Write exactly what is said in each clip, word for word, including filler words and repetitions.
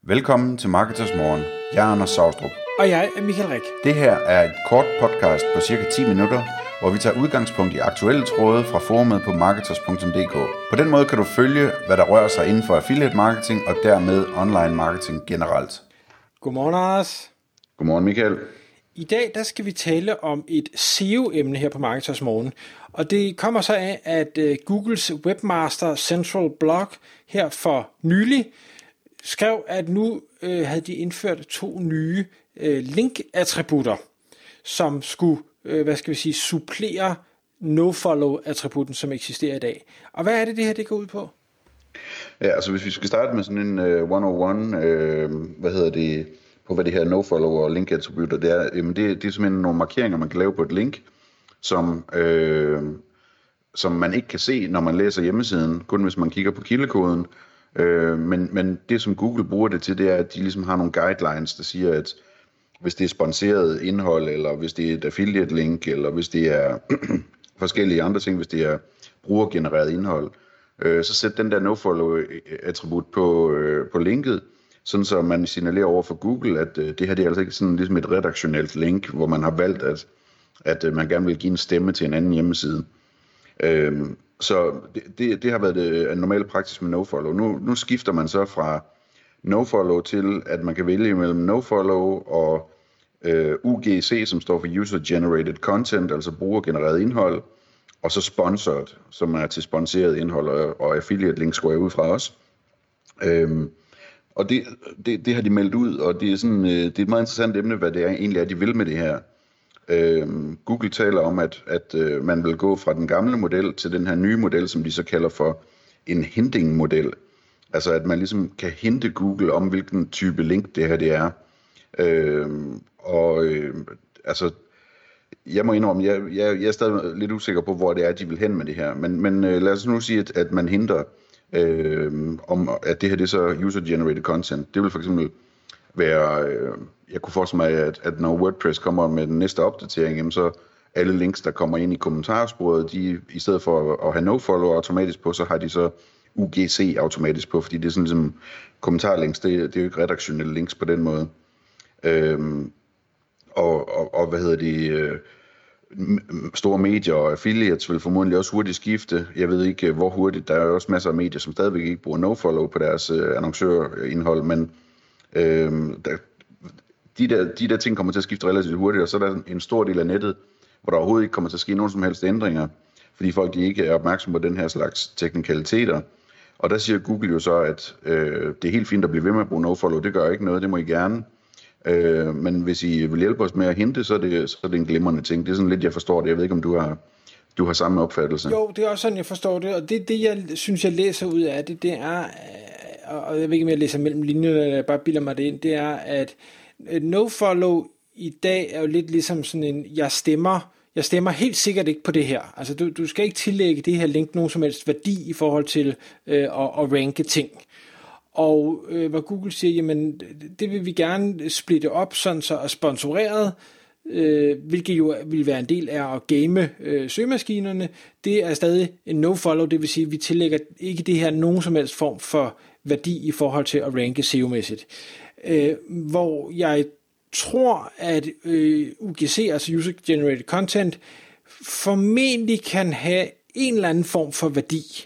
Velkommen til Marketers Morgen. Jeg er Anders Saustrup. Og jeg er Michael Rik. Det her er et kort podcast på cirka ti minutter, hvor vi tager udgangspunkt i aktuelle tråde fra forumet på marketers punktum d k. På den måde kan du følge, hvad der rører sig inden for affiliate marketing og dermed online marketing generelt. Godmorgen, Anders. Godmorgen, Michael. I dag der skal vi tale om et S E O-emne her på Marketers Morgen. Og det kommer så af, at Googles Webmaster Central Blog her for nylig skrev, at nu øh, havde de indført to nye øh, link-attributter, som skulle, øh, hvad skal vi sige, supplere nofollow-attributten, som eksisterer i dag. Og hvad er det, det her det går ud på? Ja, altså hvis vi skal starte med sådan en uh, et nul et, øh, hvad hedder det, på hvad det her nofollow og link-attributter, det er, jamen det, det er simpelthen nogle markeringer, man kan lave på et link, som, øh, som man ikke kan se, når man læser hjemmesiden, kun hvis man kigger på kildekoden. Øh, men, men det som Google bruger det til, det er, at de ligesom har nogle guidelines, der siger, at hvis det er sponsoreret indhold, eller hvis det er et affiliate link, eller hvis det er forskellige andre ting, hvis det er brugergenereret indhold, øh, så sæt den der nofollow-attribut på, øh, på linket, sådan så man signalerer over for Google, at øh, det her det er altså ikke sådan ligesom et redaktionelt link, hvor man har valgt, at, at øh, man gerne vil give en stemme til en anden hjemmeside. Øh, Så det, det, det har været det, en normal praksis med nofollow. Nu, nu skifter man så fra nofollow til, at man kan vælge mellem nofollow og øh, U G C, som står for User Generated Content, altså brugergenereret indhold, og så sponsored, som er til sponsoreret indhold, og, og affiliate links går jeg ud fra os. Øhm, og det, det, det har de meldt ud, og det er, sådan, øh, det er et meget interessant emne, hvad det er, egentlig er, de vil med det her. Øhm, Google taler om, at, at øh, man vil gå fra den gamle model til den her nye model, som de så kalder for en hinting-model. Altså at man ligesom kan hinte Google om, hvilken type link det her det er. Øhm, og øh, altså, jeg må indrømme, jeg, jeg, jeg er stadig lidt usikker på, hvor det er, de vil hen med det her. Men, men øh, lad os nu sige, at, at man hinter øh, om, at det her det er så user-generated content. Det vil for eksempel være, øh, jeg kunne forestille mig, at, at når WordPress kommer med den næste opdatering, jamen så alle links, der kommer ind i kommentarsporet, de i stedet for at, at have nofollow automatisk på, så har de så U G C automatisk på, fordi det er sådan ligesom kommentarlinks, det, det er jo ikke redaktionelle links på den måde. Øhm, og, og, og hvad hedder det, øh, store medier og affiliates vil formodentlig også hurtigt skifte. Jeg ved ikke, hvor hurtigt. Der er jo også masser af medier, som stadigvæk ikke bruger nofollow på deres øh, annoncørindhold, men Øhm, der, de, der, de der ting kommer til at skifte relativt hurtigt, og så er der en stor del af nettet, hvor der overhovedet ikke kommer til at ske nogen som helst ændringer, fordi folk de ikke er opmærksomme på den her slags teknikaliteter. Og der siger Google jo så, at øh, det er helt fint at blive ved med at bruge nofollow, det gør ikke noget, det må I gerne. Øh, men hvis I vil hjælpe os med at hente, så er, det, så er det en glimrende ting. Det er sådan lidt, jeg forstår det. Jeg ved ikke, om du har, du har samme opfattelse. Jo, det er også sådan, jeg forstår det, og det, det jeg synes, jeg læser ud af det, det er, og jeg ved ikke, om jeg læser mellem linjerne, eller jeg bare bilder mig det ind, det er, at nofollow i dag er jo lidt ligesom sådan en, jeg stemmer, jeg stemmer helt sikkert ikke på det her. Altså, du, du skal ikke tillægge det her link nogen som helst værdi i forhold til øh, at, at ranke ting. Og øh, hvad Google siger, jamen, det vil vi gerne splitte op, sådan så er sponsoreret, øh, hvilket jo vil være en del af at game øh, søgemaskinerne, det er stadig en nofollow, det vil sige, at vi tillægger ikke det her nogen som helst form for værdi i forhold til at ranke S E O-mæssigt. Øh, hvor jeg tror, at øh, U G C, altså User Generated Content, formentlig kan have en eller anden form for værdi.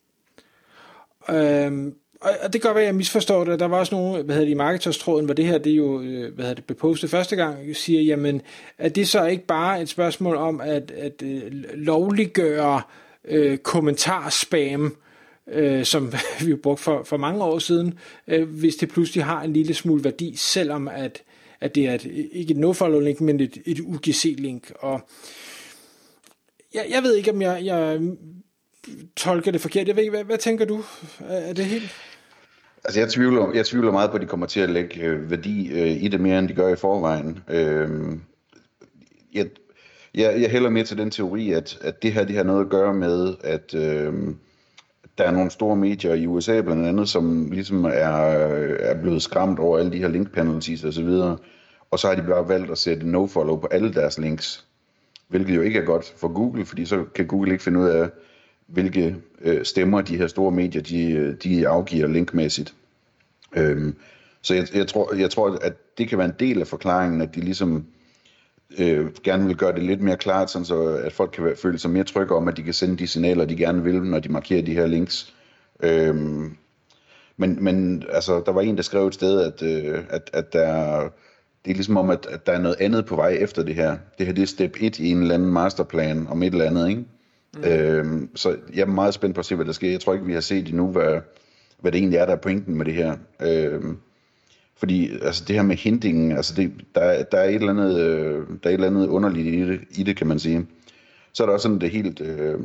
Øh, og det gør, at jeg misforstår det. Der var også nogle, hvad hedder det, i Marketers-tråden, hvor det her, det er jo, hvad hedder det, bepostet første gang, siger, jamen, at det så ikke bare et spørgsmål om at, at uh, lovliggøre uh, kommentarspam, uh, som vi jo brugte for, for mange år siden, uh, hvis det pludselig har en lille smule værdi, selvom at, at det er et, ikke et nofollow-link, men et, et U G C-link. Og jeg, jeg ved ikke, om jeg... jeg tolker det forkert. Jeg ved ikke, hvad, hvad tænker du? Er det helt... Altså jeg tvivler, jeg tvivler meget på, at de kommer til at lægge øh, værdi øh, i det mere, end de gør i forvejen. Øh, jeg, jeg, jeg hælder mere til den teori, at, at det her det har noget at gøre med, at øh, der er nogle store medier i U S A blandt andet, som ligesom er, er blevet skræmt over alle de her link penalties og så videre, og så har de bare valgt at sætte nofollow på alle deres links, hvilket jo ikke er godt for Google, fordi så kan Google ikke finde ud af, hvilke øh, stemmer de her store medier, de, de afgiver linkmæssigt. Øhm, Så jeg, jeg, tror, jeg tror, at det kan være en del af forklaringen, at de ligesom øh, gerne vil gøre det lidt mere klart, sådan så at folk kan føle sig mere trygge om, at de kan sende de signaler, de gerne vil, når de markerer de her links. Øhm, men, men altså, der var en, der skrev et sted, at, øh, at, at der, det er ligesom om, at, at der er noget andet på vej efter det her. Det her det er step et i en eller anden masterplan om et eller andet, ikke? Mm. Øhm, så jeg er meget spændt på at se, hvad der sker. Jeg tror ikke, vi har set endnu, hvad, hvad det egentlig er, der er pointen med det her. Øhm, fordi altså, det her med hintingen, altså det, der, der, er et eller andet, øh, der er et eller andet underligt i det, i det, kan man sige. Så er der også sådan det helt, øh,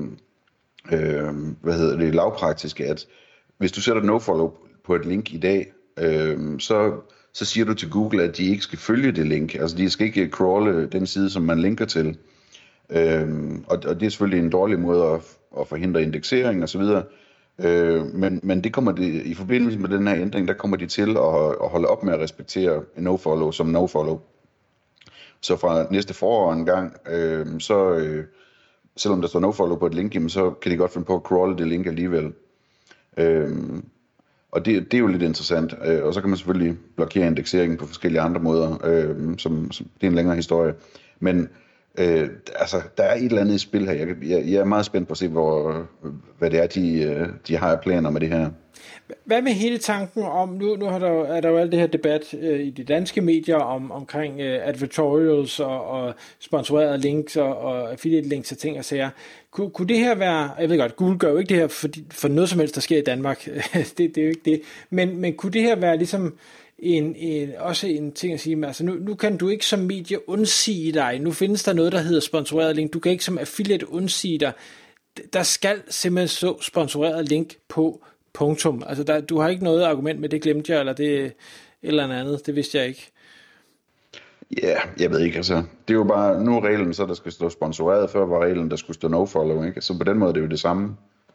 øh, hvad hedder det, lavpraktiske, at hvis du sætter nofollow på et link i dag, øh, så, så siger du til Google, at de ikke skal følge det link. Altså de skal ikke crawle den side, som man linker til. Øh, og, og det er selvfølgelig en dårlig måde at, at forhindre indeksering osv., øh, men, men det kommer det, i forbindelse med den her ændring, der kommer de til at, at holde op med at respektere nofollow som nofollow. Så fra næste forår en gang, øh, så øh, selvom der står nofollow på et link, jamen, så kan de godt finde på at crawle det link alligevel. Øh, og det, det er jo lidt interessant. Øh, og så kan man selvfølgelig blokere indekseringen på forskellige andre måder, øh, som, som det er en længere historie. Men øh, altså, der er et eller andet i spil her. Jeg, jeg, jeg er meget spændt på at se, hvor, hvad det er, de, de har planer med det her. Hvad med hele tanken om, nu, nu har der, er der jo alt det her debat øh, i de danske medier om, omkring øh, advertorials og, og sponsorerede links og, og affiliate links og ting og sager. Kun, kunne det her være, jeg ved godt, Google gør jo ikke det her for, for noget som helst, der sker i Danmark. det, det er jo ikke det. Men, men kunne det her være ligesom en, en, også en ting at sige, altså nu, nu kan du ikke som medie undsige dig. Nu findes der noget, der hedder sponsoreret link. Du kan ikke som affiliate undsige dig. Der skal simpelthen stå sponsoreret link på punktum. Altså, der, du har ikke noget argument med, det glemte jeg, eller det eller andet, det vidste jeg ikke. Ja, yeah, jeg ved ikke, altså. Det er jo bare, nu er reglen så, der skal stå sponsoreret, før var reglen, der skulle stå nofollow, ikke? Så på den måde, det er jo det samme.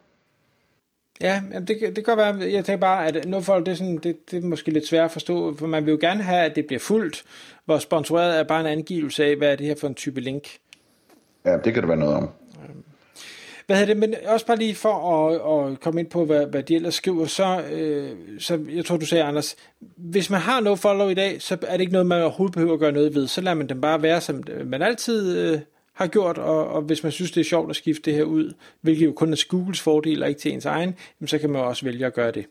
Ja, det, det kan godt være, jeg tænker bare, at nofollow, det er, sådan, det, det er måske lidt svært at forstå, for man vil jo gerne have, at det bliver fuldt, hvor sponsoreret er bare en angivelse af, hvad er det her for en type link. Ja, det kan det være noget om. Hvad hedder det, men også bare lige for at, at komme ind på, hvad, hvad de ellers skriver, så, øh, så jeg tror, du sagde, Anders, hvis man har nofollow i dag, så er det ikke noget, man overhovedet behøver at gøre noget ved. Så lader man dem bare være, som man altid øh, har gjort, og, og hvis man synes, det er sjovt at skifte det her ud, hvilket jo kun er Googles fordel og ikke til ens egen, så kan man også vælge at gøre det.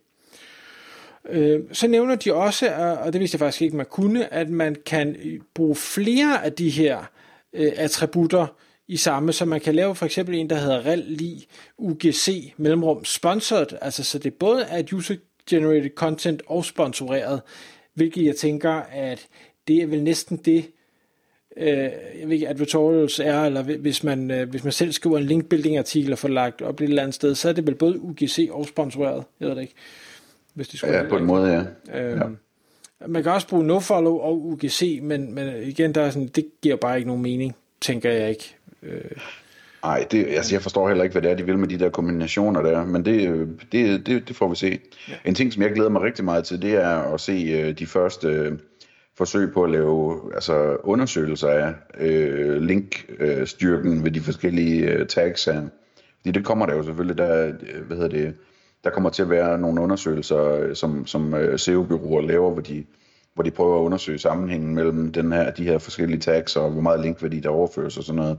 Øh, så nævner de også, og det vidste jeg faktisk ikke, man kunne, at man kan bruge flere af de her øh, attributter i samme, så man kan lave for eksempel en, der hedder rel li U G C mellemrum sponsored, altså så det både er et user-generated content og sponsoreret, hvilket jeg tænker, at det er vel næsten det, øh, jeg ved ikke, advertorials er, eller hvis man, øh, hvis man selv skriver en linkbuilding-artikel og får lagt op et eller andet sted, så er det vel både U G C og sponsoreret, jeg ved det ikke. Hvis det ja, på en måde, ja. Øhm, ja. Man kan også bruge nofollow og U G C, men, men igen, der er sådan, det giver bare ikke nogen mening, tænker jeg ikke. Nej, det, altså jeg forstår heller ikke, hvad det er, de vil med de der kombinationer der, men det, det, det, det får vi se. Ja. En ting, som jeg glæder mig rigtig meget til, det er at se de første uh, forsøg på at lave altså undersøgelser af uh, linkstyrken uh, ved de forskellige uh, tags her. Fordi det kommer der jo selvfølgelig, der, hvad hedder det, der kommer til at være nogle undersøgelser, som, som uh, S E O-bureauer laver, hvor de, hvor de prøver at undersøge sammenhængen mellem den her, de her forskellige tags, og hvor meget linkværdi der overføres og sådan noget.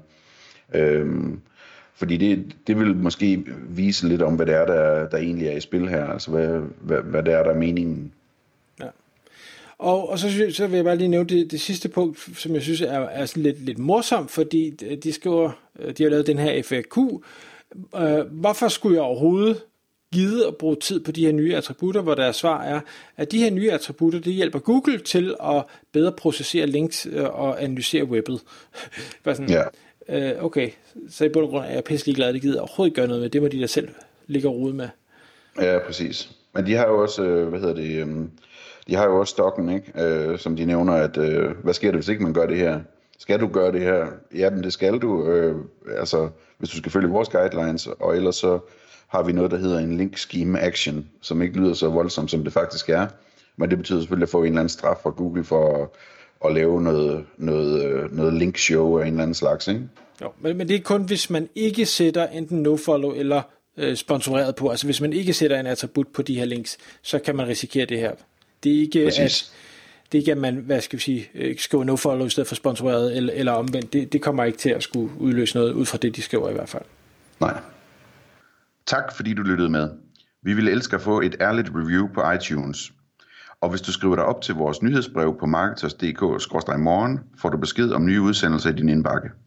Øhm, fordi det, det vil måske vise lidt om, hvad det er, der, der egentlig er i spil her, altså hvad, hvad, hvad det er, der er meningen. Ja. Og, og så, så vil jeg bare lige nævne det, det sidste punkt, som jeg synes er, er sådan lidt, lidt morsomt, fordi de skriver, de har lavet den her F A Q. Øh, hvorfor skulle jeg overhovedet givet at bruge tid på de her nye attributter, hvor deres svar er, at de her nye attributter, det hjælper Google til at bedre processere links og analysere webbet. sådan, ja. øh, okay, så i bund og grund er jeg pisselig glad, at det gider overhovedet ikke gøre noget med, det må de der selv ligge og rode med. Ja, præcis. Men de har jo også, hvad hedder det, de har jo også stokken, ikke? Som de nævner, at hvad sker der, hvis ikke man gør det her? Skal du gøre det her? Ja, men det skal du, altså hvis du skal følge vores guidelines, og ellers så har vi noget, der hedder en link scheme action, som ikke lyder så voldsomt, som det faktisk er. Men det betyder selvfølgelig at få en eller anden straf fra Google for at, at lave noget, noget, noget link show af en eller anden slags, ikke? Jo, men, men det er kun, hvis man ikke sætter enten nofollow eller øh, sponsoreret på. Altså hvis man ikke sætter en attribut på de her links, så kan man risikere det her. Det er ikke, Præcis. at, det er ikke, at man, hvad skal vi sige, skriver nofollow i stedet for sponsoreret, eller, eller omvendt. Det, det kommer ikke til at skulle udløse noget ud fra det, de skriver i hvert fald. Nej. Tak fordi du lyttede med. Vi ville elske at få et ærligt review på iTunes. Og hvis du skriver dig op til vores nyhedsbrev på marketers punktum d k skråstreg morgen, får du besked om nye udsendelser i din indbakke.